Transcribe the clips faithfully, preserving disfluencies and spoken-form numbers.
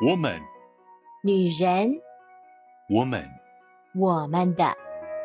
我们， 女人， 我们， 我们的。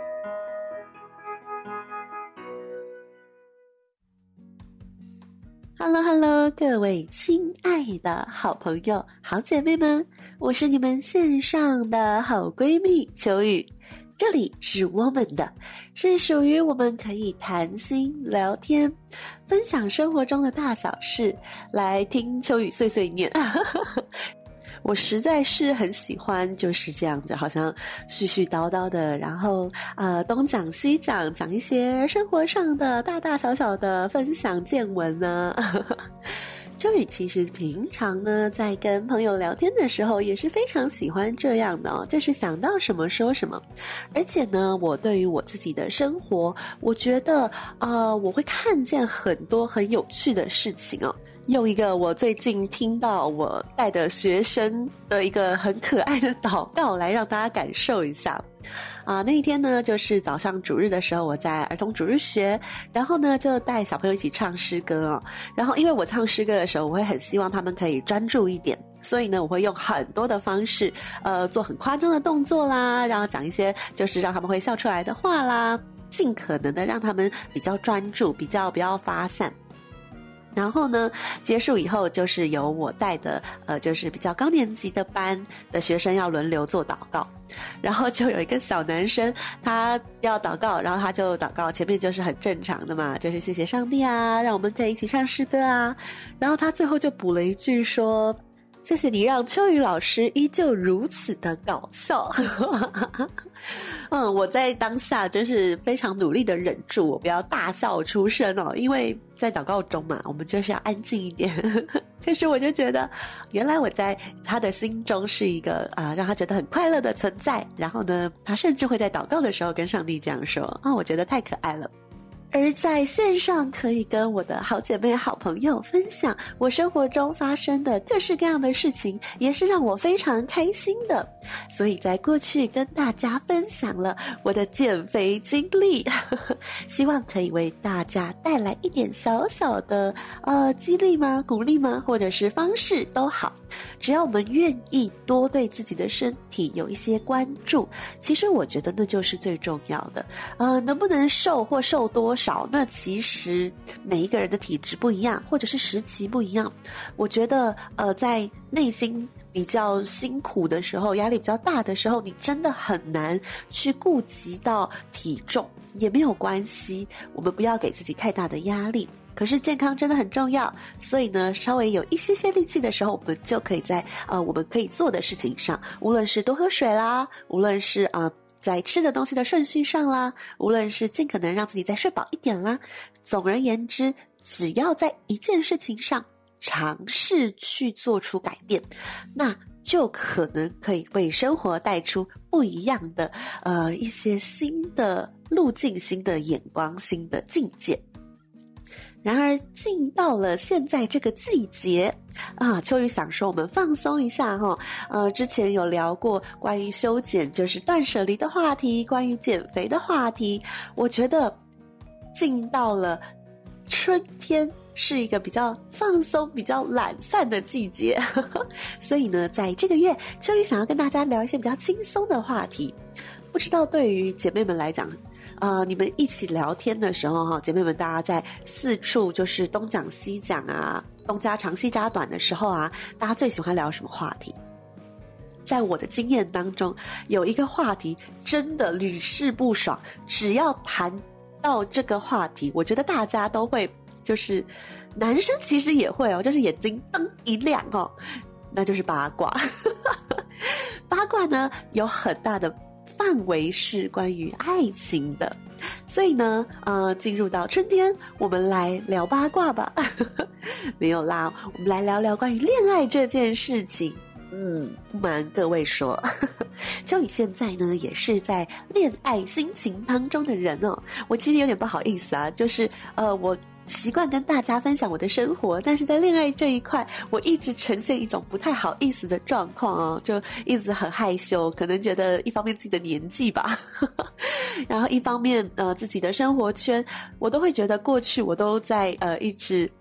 Hello Hello， 各位亲爱的好朋友、好姐妹们，我是你们线上的好闺蜜秋雨。这里是我们的，是属于我们可以谈心聊天，分享生活中的大小事，来听秋雨碎碎念。我实在是很喜欢就是这样子，好像絮絮叨叨的，然后呃东讲西讲，讲一些生活上的大大小小的分享见闻呢。秋雨其实平常呢在跟朋友聊天的时候也是非常喜欢这样的哦，就是想到什么说什么。而且呢，我对于我自己的生活，我觉得呃我会看见很多很有趣的事情哦。用一个我最近听到我带的学生的一个很可爱的祷告来让大家感受一下啊，那一天呢就是早上主日的时候，我在儿童主日学，然后呢就带小朋友一起唱诗歌哦。然后因为我唱诗歌的时候，我会很希望他们可以专注一点，所以呢我会用很多的方式呃做很夸张的动作啦，然后讲一些就是让他们会笑出来的话啦，尽可能的让他们比较专注，比较不要发散。然后呢，结束以后就是由我带的呃就是比较高年级的班的学生要轮流做祷告。然后就有一个小男生，他要祷告，然后他就祷告，前面就是很正常的嘛，就是谢谢上帝啊，让我们可以一起唱诗歌啊。然后他最后就补了一句说，谢谢你让秋雨老师依旧如此的搞笑。嗯，我在当下就是非常努力的忍住，我不要大笑出声哦，因为在祷告中嘛，我们就是要安静一点。可是我就觉得，原来我在他的心中是一个啊、呃，让他觉得很快乐的存在。然后呢，他甚至会在祷告的时候跟上帝这样说啊、哦，我觉得太可爱了。而在线上可以跟我的好姐妹好朋友分享我生活中发生的各式各样的事情，也是让我非常开心的。所以在过去跟大家分享了我的减肥经历，希望可以为大家带来一点小小的呃激励吗？鼓励吗？或者是方式都好，只要我们愿意多对自己的身体有一些关注，其实我觉得那就是最重要的。呃，能不能瘦或瘦多少，那其实每一个人的体质不一样，或者是时期不一样。我觉得呃，在内心比较辛苦的时候，压力比较大的时候，你真的很难去顾及到体重，也没有关系，我们不要给自己太大的压力。可是健康真的很重要，所以呢，稍微有一些些力气的时候，我们就可以在呃我们可以做的事情上，无论是多喝水啦，无论是啊、呃在吃的东西的顺序上啦，无论是尽可能让自己再睡饱一点啦，总而言之，只要在一件事情上尝试去做出改变，那就可能可以为生活带出不一样的呃一些新的路径、新的眼光、新的境界。然而进到了现在这个季节啊，秋雨想说我们放松一下哈。呃，之前有聊过关于修剪，就是断舍离的话题，关于减肥的话题。我觉得进到了春天是一个比较放松、比较懒散的季节，所以呢，在这个月，秋雨想要跟大家聊一些比较轻松的话题。不知道对于姐妹们来讲，呃，你们一起聊天的时候哈，姐妹们大家在四处就是东讲西讲啊，东家长西家短的时候啊，大家最喜欢聊什么话题？在我的经验当中，有一个话题真的屡试不爽，只要谈到这个话题，我觉得大家都会，就是男生其实也会哦，就是眼睛灯一亮哦，那就是八卦。八卦呢有很大的范围是关于爱情的，所以呢呃，进入到春天，我们来聊八卦吧。没有啦，我们来聊聊关于恋爱这件事情。嗯，不瞒各位说，秋雨现在呢也是在恋爱心情当中的人哦。我其实有点不好意思啊，就是呃我习惯跟大家分享我的生活，但是在恋爱这一块，我一直呈现一种不太好意思的状况哦，就一直很害羞，可能觉得一方面自己的年纪吧，然后一方面呃自己的生活圈，我都会觉得过去我都在呃一直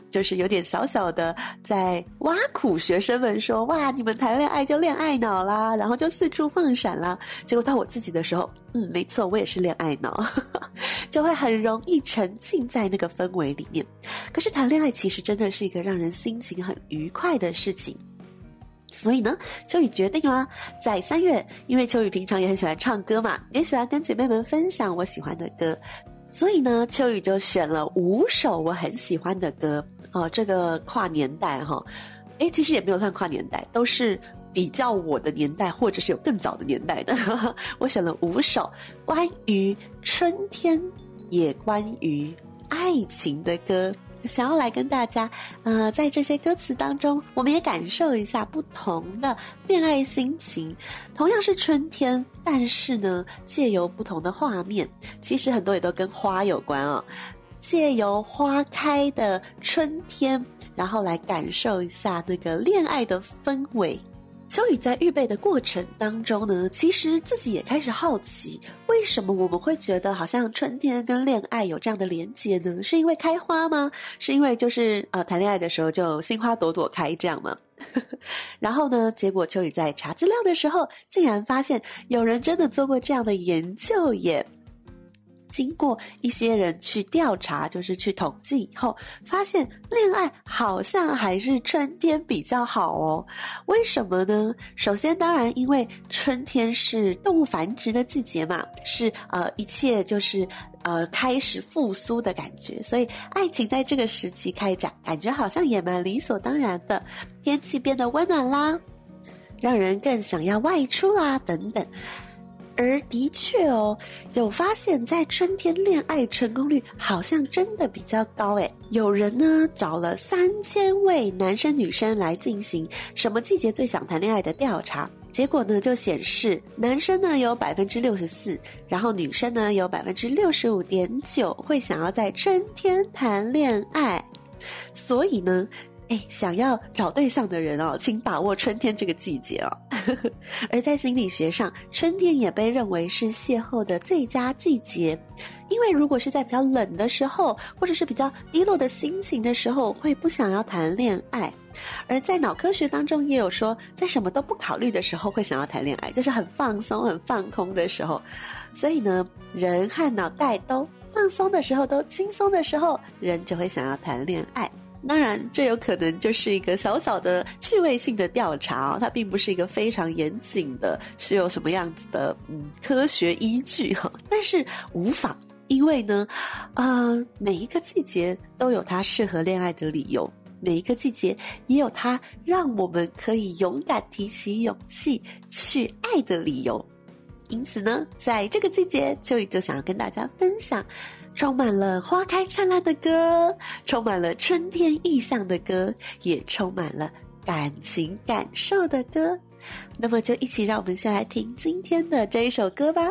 就是有点小小的在挖苦学生们说，哇，你们谈恋爱就恋爱脑啦，然后就四处放闪啦。结果到我自己的时候，嗯，没错，我也是恋爱脑，就会很容易沉浸在那个氛围里面。可是谈恋爱其实真的是一个让人心情很愉快的事情。所以呢，秋雨决定啦，在三月，因为秋雨平常也很喜欢唱歌嘛，也喜欢跟姐妹们分享我喜欢的歌，所以呢，秋雨就选了五首我很喜欢的歌哦。这个跨年代哈，诶，其实也没有算跨年代，都是比较我的年代，或者是有更早的年代的。我选了五首关于春天，也关于爱情的歌。想要来跟大家呃，在这些歌词当中，我们也感受一下不同的恋爱心情。同样是春天，但是呢，借由不同的画面，其实很多也都跟花有关哦。借由花开的春天，然后来感受一下那个恋爱的氛围。秋雨在预备的过程当中呢，其实自己也开始好奇，为什么我们会觉得好像春天跟恋爱有这样的连结呢？是因为开花吗？是因为就是呃谈恋爱的时候就心花朵朵开这样吗？然后呢，结果秋雨在查资料的时候，竟然发现有人真的做过这样的研究耶。经过一些人去调查，就是去统计以后，发现恋爱好像还是春天比较好哦。为什么呢？首先当然因为春天是动物繁殖的季节嘛，是呃一切就是呃开始复苏的感觉，所以爱情在这个时期开展，感觉好像也蛮理所当然的。天气变得温暖啦，让人更想要外出啊等等。而的确哦，有发现在春天恋爱成功率好像真的比较高诶。有人呢找了三千位男生女生来进行什么季节最想谈恋爱的调查，结果呢就显示男生呢有 百分之六十四， 然后女生呢有 百分之六十五点九 会想要在春天谈恋爱。所以呢哎，想要找对象的人哦，请把握春天这个季节哦。而在心理学上，春天也被认为是邂逅的最佳季节，因为如果是在比较冷的时候，或者是比较低落的心情的时候，会不想要谈恋爱。而在脑科学当中也有说，在什么都不考虑的时候会想要谈恋爱，就是很放松、很放空的时候。所以呢，人和脑袋都放松的时候，都轻松的时候，人就会想要谈恋爱。当然这有可能就是一个小小的趣味性的调查哦，它并不是一个非常严谨的是有什么样子的嗯科学依据哈、哦，但是无妨，因为呢呃每一个季节都有它适合恋爱的理由，每一个季节也有它让我们可以勇敢提起勇气去爱的理由。因此呢，在这个季节，秋雨就想要跟大家分享充满了花开灿烂的歌，充满了春天意象的歌，也充满了感情感受的歌。那么就一起让我们先来听今天的这一首歌吧。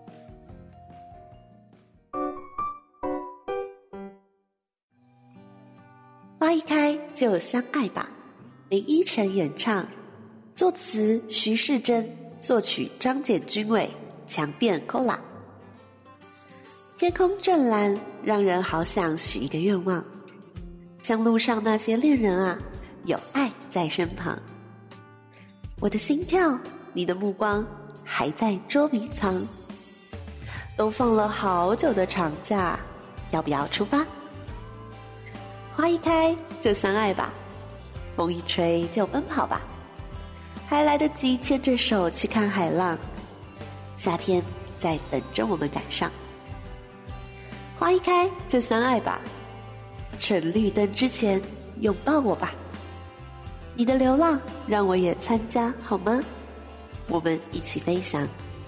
花一开就相爱吧，林依晨演唱，作词徐世珍，作曲张简君伟，强辩 Cola。 天空正蓝，让人好想许一个愿望，像路上那些恋人啊，有爱在身旁。我的心跳，你的目光还在捉迷藏，都放了好久的长假，要不要出发？花一开就相爱吧，风一吹就奔跑吧，还来得及牵着手去看海浪，夏天在等着我们赶上。花一开就相爱吧，趁绿灯之前拥抱我吧，你的流浪让我也参加好吗？我们一起飞翔。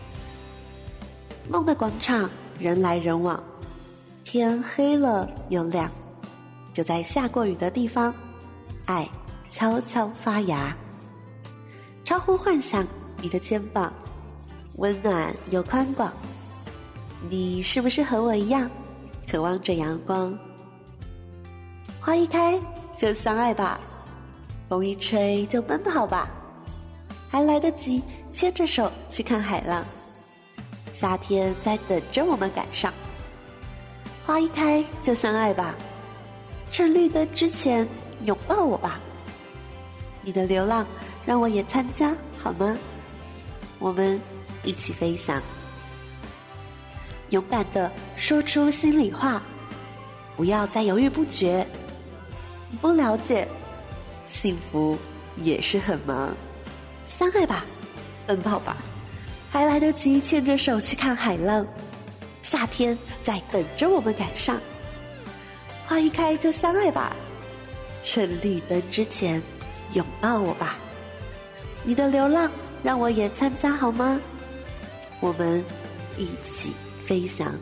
梦的广场人来人往，天黑了又亮，就在下过雨的地方，爱悄悄发芽。超乎幻想，你的肩膀温暖又宽广，你是不是和我一样渴望着阳光？花一开就相爱吧，风一吹就奔跑吧，还来得及牵着手去看海浪，夏天在等着我们赶上。花一开就相爱吧， 趁绿灯之前拥抱我吧。你的流浪让我也参加好吗？我们一起飞翔。勇敢地说出心里话，不要再犹豫不决。你不了解，幸福也是很忙。相爱吧，奔跑吧，还来得及牵着手去看海浪。夏天在等着我们赶上。花一开就相爱吧，趁绿灯之前拥抱我吧。你的流浪让我也参加好吗？我们一起飞翔。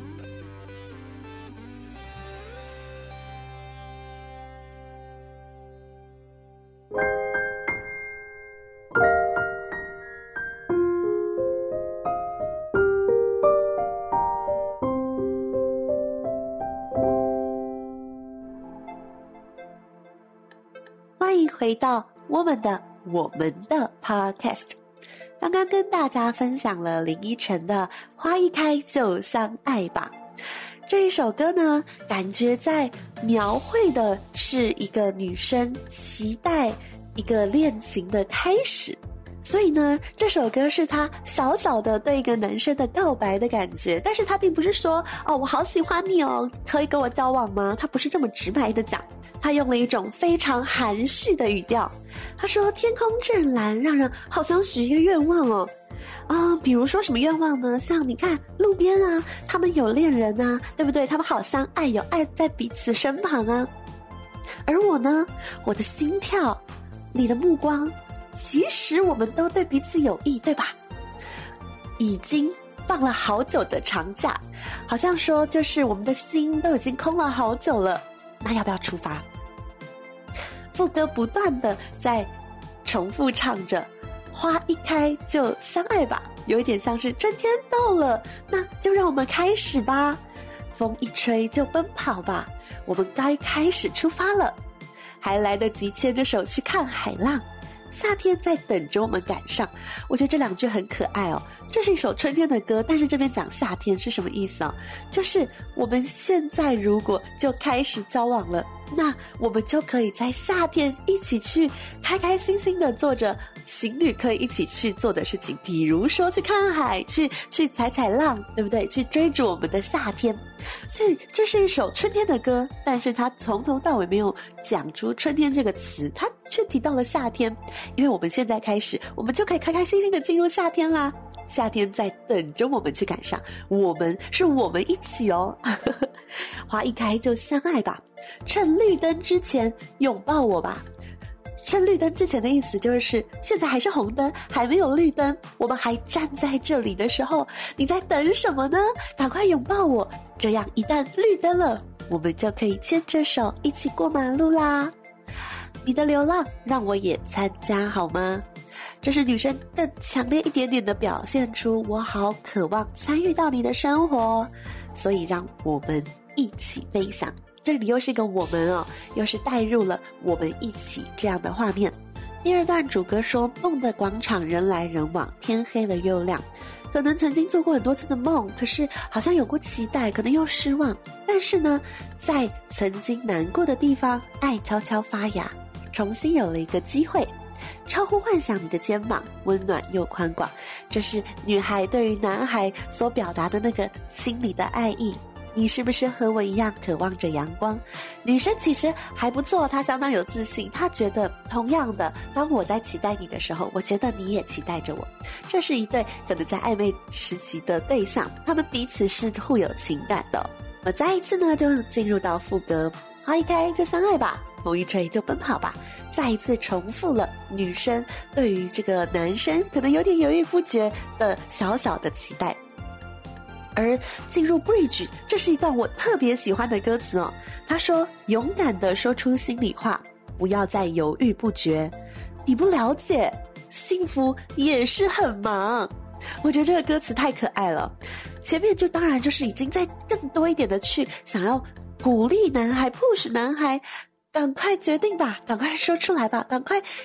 欢迎回到我们的我们的 podcast。 刚刚跟大家分享了林依晨的花一开就相爱吧。这一首歌呢，感觉在描绘的是一个女生期待一个恋情的开始，所以呢，这首歌是她小小的对一个男生的告白的感觉，但是她并不是说哦我好喜欢你哦，可以跟我交往吗？她不是这么直白的讲，她用了一种非常含蓄的语调。她说天空正蓝，让人好想许一个愿望哦。啊、呃，比如说什么愿望呢？像你看路边啊，他们有恋人啊，对不对？他们好相爱，有爱在彼此身旁啊。而我呢，我的心跳，你的目光，其实我们都对彼此有意，对吧？已经放了好久的长假，好像说就是我们的心都已经空了好久了，那要不要出发？副歌不断的在重复唱着花一开就相爱吧，有一点像是春天到了，那就让我们开始吧。风一吹就奔跑吧，我们该开始出发了，还来得及牵着手去看海浪。夏天在等着我们赶上。我觉得这两句很可爱哦。这是一首春天的歌，但是这边讲夏天是什么意思哦？就是我们现在如果就开始交往了，那我们就可以在夏天一起去开开心心的做着情侣可以一起去做的事情，比如说去看海，去去踩踩浪，对不对？去追逐我们的夏天。所以这是一首春天的歌，但是它从头到尾没有讲出春天这个词，它却提到了夏天。因为我们现在开始，我们就可以开开心心的进入夏天啦。夏天在等着我们去赶上，我们是我们一起哦。花一开就相爱吧，趁绿灯之前拥抱我吧。趁绿灯之前的意思就是现在还是红灯，还没有绿灯，我们还站在这里的时候，你在等什么呢？赶快拥抱我，这样一旦绿灯了，我们就可以牵着手一起过马路啦。你的流浪让我也参加好吗？这是女生更强烈一点点的表现出我好渴望参与到你的生活，所以让我们一起飞翔。这里又是一个我们哦，又是带入了我们一起这样的画面。第二段主歌说，梦的广场人来人往，天黑了又亮。可能曾经做过很多次的梦，可是好像有过期待，可能又失望。但是呢，在曾经难过的地方，爱悄悄发芽，重新有了一个机会。超乎幻想，你的肩膀温暖又宽广，这是女孩对于男孩所表达的那个心里的爱意。你是不是和我一样渴望着阳光？女生其实还不错，她相当有自信，她觉得同样的，当我在期待你的时候，我觉得你也期待着我。这是一对可能在暧昧时期的对象，他们彼此是互有情感的。我再一次呢就进入到副歌，花一开就相爱吧，风一吹就奔跑吧，再一次重复了女生对于这个男生可能有点犹豫不决的小小的期待。而进入 bridge， 这是一段我特别喜欢的歌词哦。他说，勇敢地说出心里话，不要再犹豫不决。你不了解，幸福也是很忙。我觉得这个歌词太可爱了。前面就当然就是已经在更多一点的去想要鼓励男孩 push 男孩，赶快决定吧，赶快说出来吧，赶快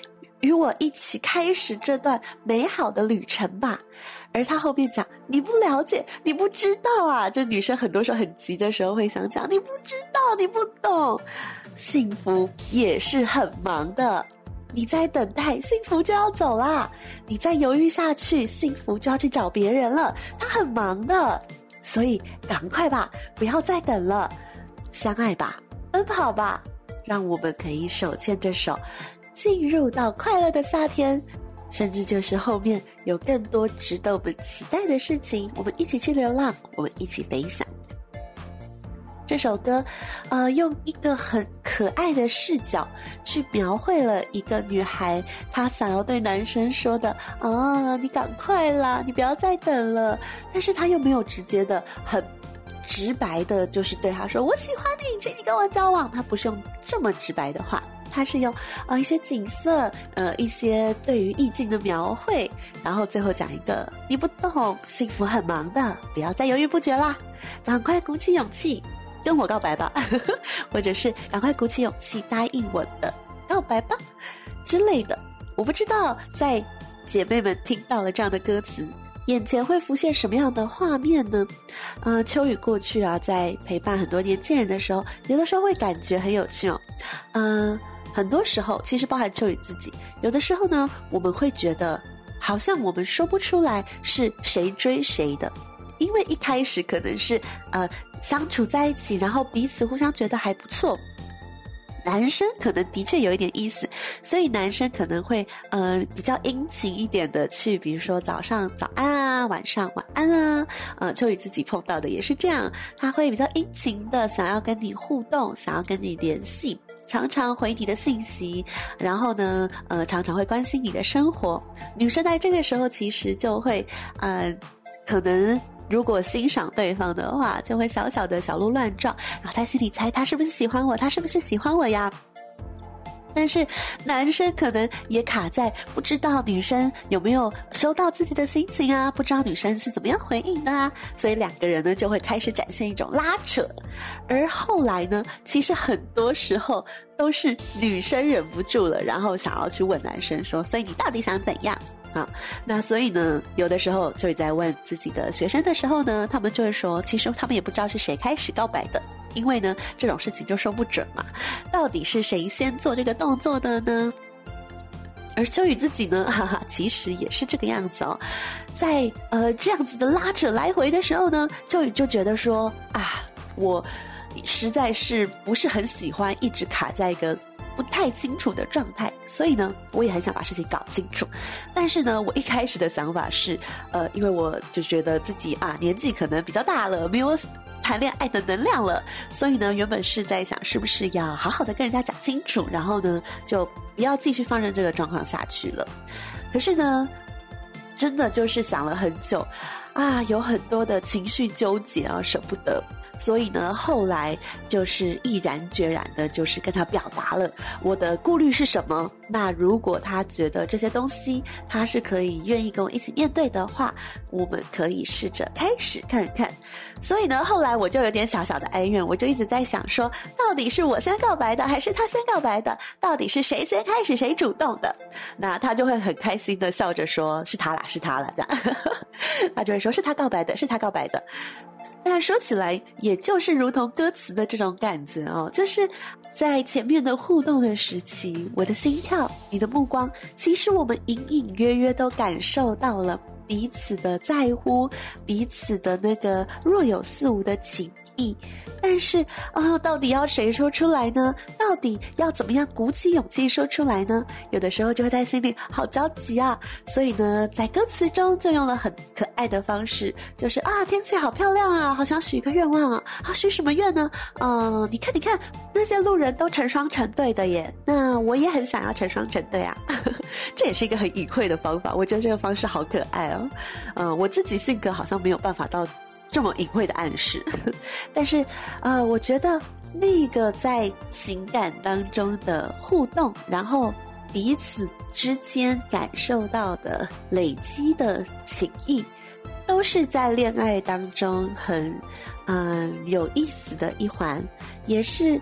与我一起开始这段美好的旅程吧。而他后面讲，你不了解，你不知道啊，这女生很多时候很急的时候会想讲，你不知道，你不懂，幸福也是很忙的，你在等待，幸福就要走啦，你再犹豫下去，幸福就要去找别人了，他很忙的，所以赶快吧，不要再等了，相爱吧，奔跑吧，让我们可以手牵着手进入到快乐的夏天，甚至就是后面有更多值得我们期待的事情，我们一起去流浪，我们一起分享。这首歌呃，用一个很可爱的视角去描绘了一个女孩她想要对男生说的啊，你赶快啦，你不要再等了，但是她又没有直接的很直白的就是对他说我喜欢你，请你跟我交往，他不是用这么直白的话，他是用呃一些景色，呃一些对于意境的描绘，然后最后讲一个你不懂，幸福很忙的，不要再犹豫不决啦，赶快鼓起勇气跟我告白吧或者是赶快鼓起勇气答应我的告白吧之类的。我不知道在姐妹们听到了这样的歌词，眼前会浮现什么样的画面呢？呃，秋雨过去啊，在陪伴很多年轻人的时候，有的时候会感觉很有趣哦。嗯、呃，很多时候其实包含秋雨自己，有的时候呢，我们会觉得好像我们说不出来是谁追谁的，因为一开始可能是呃相处在一起，然后彼此互相觉得还不错。男生可能的确有一点意思，所以男生可能会呃比较殷勤一点的去，比如说早上早安啊，晚上晚安啊，呃秋雨自己碰到的也是这样，他会比较殷勤的想要跟你互动，想要跟你联系，常常回你的信息，然后呢呃常常会关心你的生活。女生在这个时候其实就会呃可能如果欣赏对方的话，就会小小的小鹿乱撞，然后在心里猜他是不是喜欢我，他是不是喜欢我呀。但是男生可能也卡在不知道女生有没有收到自己的心情啊，不知道女生是怎么样回应的啊，所以两个人呢就会开始展现一种拉扯。而后来呢，其实很多时候都是女生忍不住了，然后想要去问男生说，所以你到底想怎样啊？那所以呢，有的时候就会在问自己的学生的时候呢，他们就会说，其实他们也不知道是谁开始告白的，因为呢，这种事情就说不准嘛，到底是谁先做这个动作的呢？而秋雨自己呢，哈哈，其实也是这个样子哦。在呃这样子的拉扯来回的时候呢，秋雨就觉得说啊，我实在是不是很喜欢一直卡在一个不太清楚的状态，所以呢，我也很想把事情搞清楚。但是呢，我一开始的想法是，呃，因为我就觉得自己啊年纪可能比较大了，没有谈恋爱的能量了，所以呢，原本是在想是不是要好好的跟人家讲清楚，然后呢，就不要继续放任这个状况下去了。可是呢，真的就是想了很久啊，有很多的情绪纠结啊，舍不得。所以呢，后来就是毅然决然的，就是跟他表达了我的顾虑是什么。那如果他觉得这些东西他是可以愿意跟我一起面对的话，我们可以试着开始看看。所以呢，后来我就有点小小的哀怨，我就一直在想说，到底是我先告白的，还是他先告白的？到底是谁先开始，谁主动的？那他就会很开心的笑着说，是他啦，是他啦，这样。他就会说是他告白的，是他告白的。但说起来，也就是如同歌词的这种感觉哦，就是在前面的互动的时期，我的心跳，你的目光，其实我们隐隐约约都感受到了彼此的在乎，彼此的那个若有似无的情意。但是啊、哦，到底要谁说出来呢？到底要怎么样鼓起勇气说出来呢？有的时候就会在心里好焦急啊。所以呢，在歌词中就用了很可爱的方式，就是啊，天气好漂亮啊，好想许一个愿望啊。啊，许什么愿呢？嗯、呃，你看，你看，那些路人都成双成对的耶，那我也很想要成双成对啊。这也是一个很隐晦的方法，我觉得这个方式好可爱哦。嗯、呃，我自己性格好像没有办法到这么隐晦的暗示，但是呃，我觉得那个在情感当中的互动，然后彼此之间感受到的累积的情谊，都是在恋爱当中很嗯、呃、有意思的一环，也是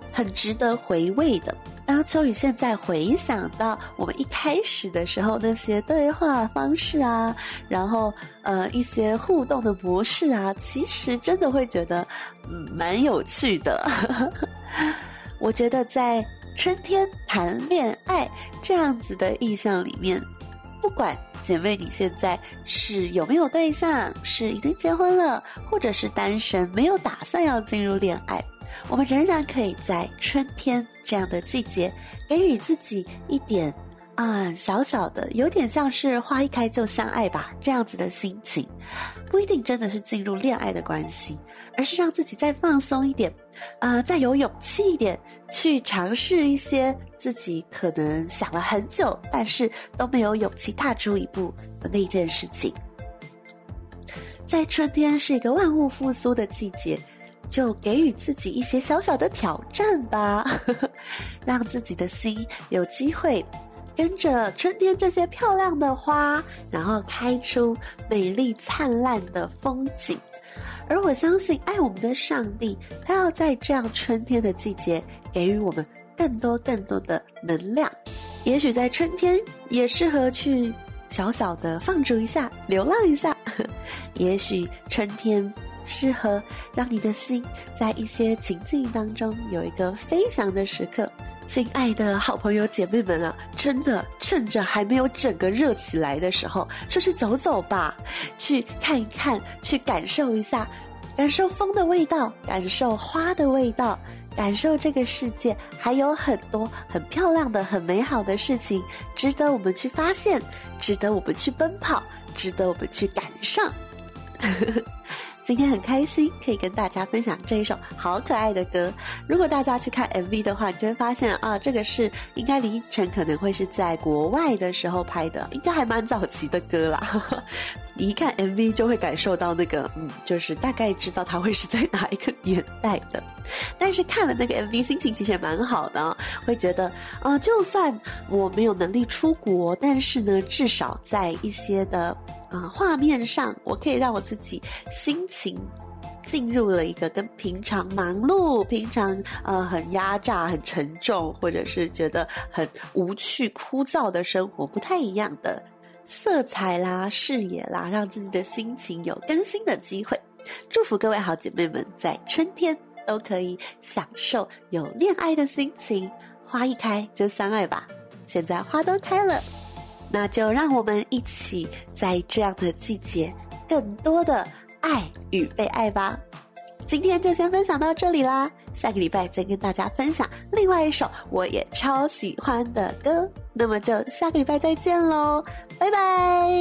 很值得回味的。当秋雨现在回想到我们一开始的时候那些对话方式啊，然后呃一些互动的模式啊，其实真的会觉得嗯蛮有趣的。我觉得在春天谈恋爱这样子的意象里面，不管姐妹你现在是有没有对象，是已经结婚了，或者是单身没有打算要进入恋爱，我们仍然可以在春天这样的季节给予自己一点啊、小小的有点像是花一开就相爱吧这样子的心情，不一定真的是进入恋爱的关系，而是让自己再放松一点，呃，再有勇气一点去尝试一些自己可能想了很久但是都没有勇气踏出一步的那件事情。在春天是一个万物复苏的季节，就给予自己一些小小的挑战吧，让自己的心有机会跟着春天这些漂亮的花，然后开出美丽灿烂的风景。而我相信爱我们的上帝，他要在这样春天的季节给予我们更多更多的能量。也许在春天也适合去小小的放逐一下，流浪一下。也许春天适合让你的心在一些情境当中有一个飞翔的时刻。亲爱的好朋友姐妹们啊，真的趁着还没有整个热起来的时候，就去走走吧，去看一看，去感受一下，感受风的味道，感受花的味道，感受这个世界还有很多很漂亮的很美好的事情值得我们去发现，值得我们去奔跑，值得我们去赶上。今天很开心可以跟大家分享这一首好可爱的歌。如果大家去看 M V 的话，你就会发现啊，这个是应该李依晨可能会是在国外的时候拍的，应该还蛮早期的歌啦。你一看 M V 就会感受到那个嗯，就是大概知道它会是在哪一个年代的。但是看了那个 M V 心情其实也蛮好的、哦、会觉得呃，就算我没有能力出国，但是呢至少在一些的啊、呃，画面上我可以让我自己心情进入了一个跟平常忙碌平常呃很压榨很沉重，或者是觉得很无趣枯燥的生活不太一样的色彩啦视野啦，让自己的心情有更新的机会。祝福各位好姐妹们在春天都可以享受有恋爱的心情，花一开就相爱吧。现在花都开了，那就让我们一起在这样的季节更多的爱与被爱吧。今天就先分享到这里啦，下个礼拜再跟大家分享另外一首我也超喜欢的歌，那么就下个礼拜再见咯，拜拜。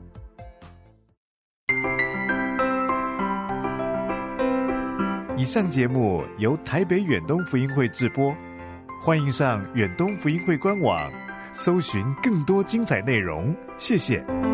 以上节目由台北远东福音会制播，欢迎上远东福音会官网搜寻更多精彩内容，谢谢。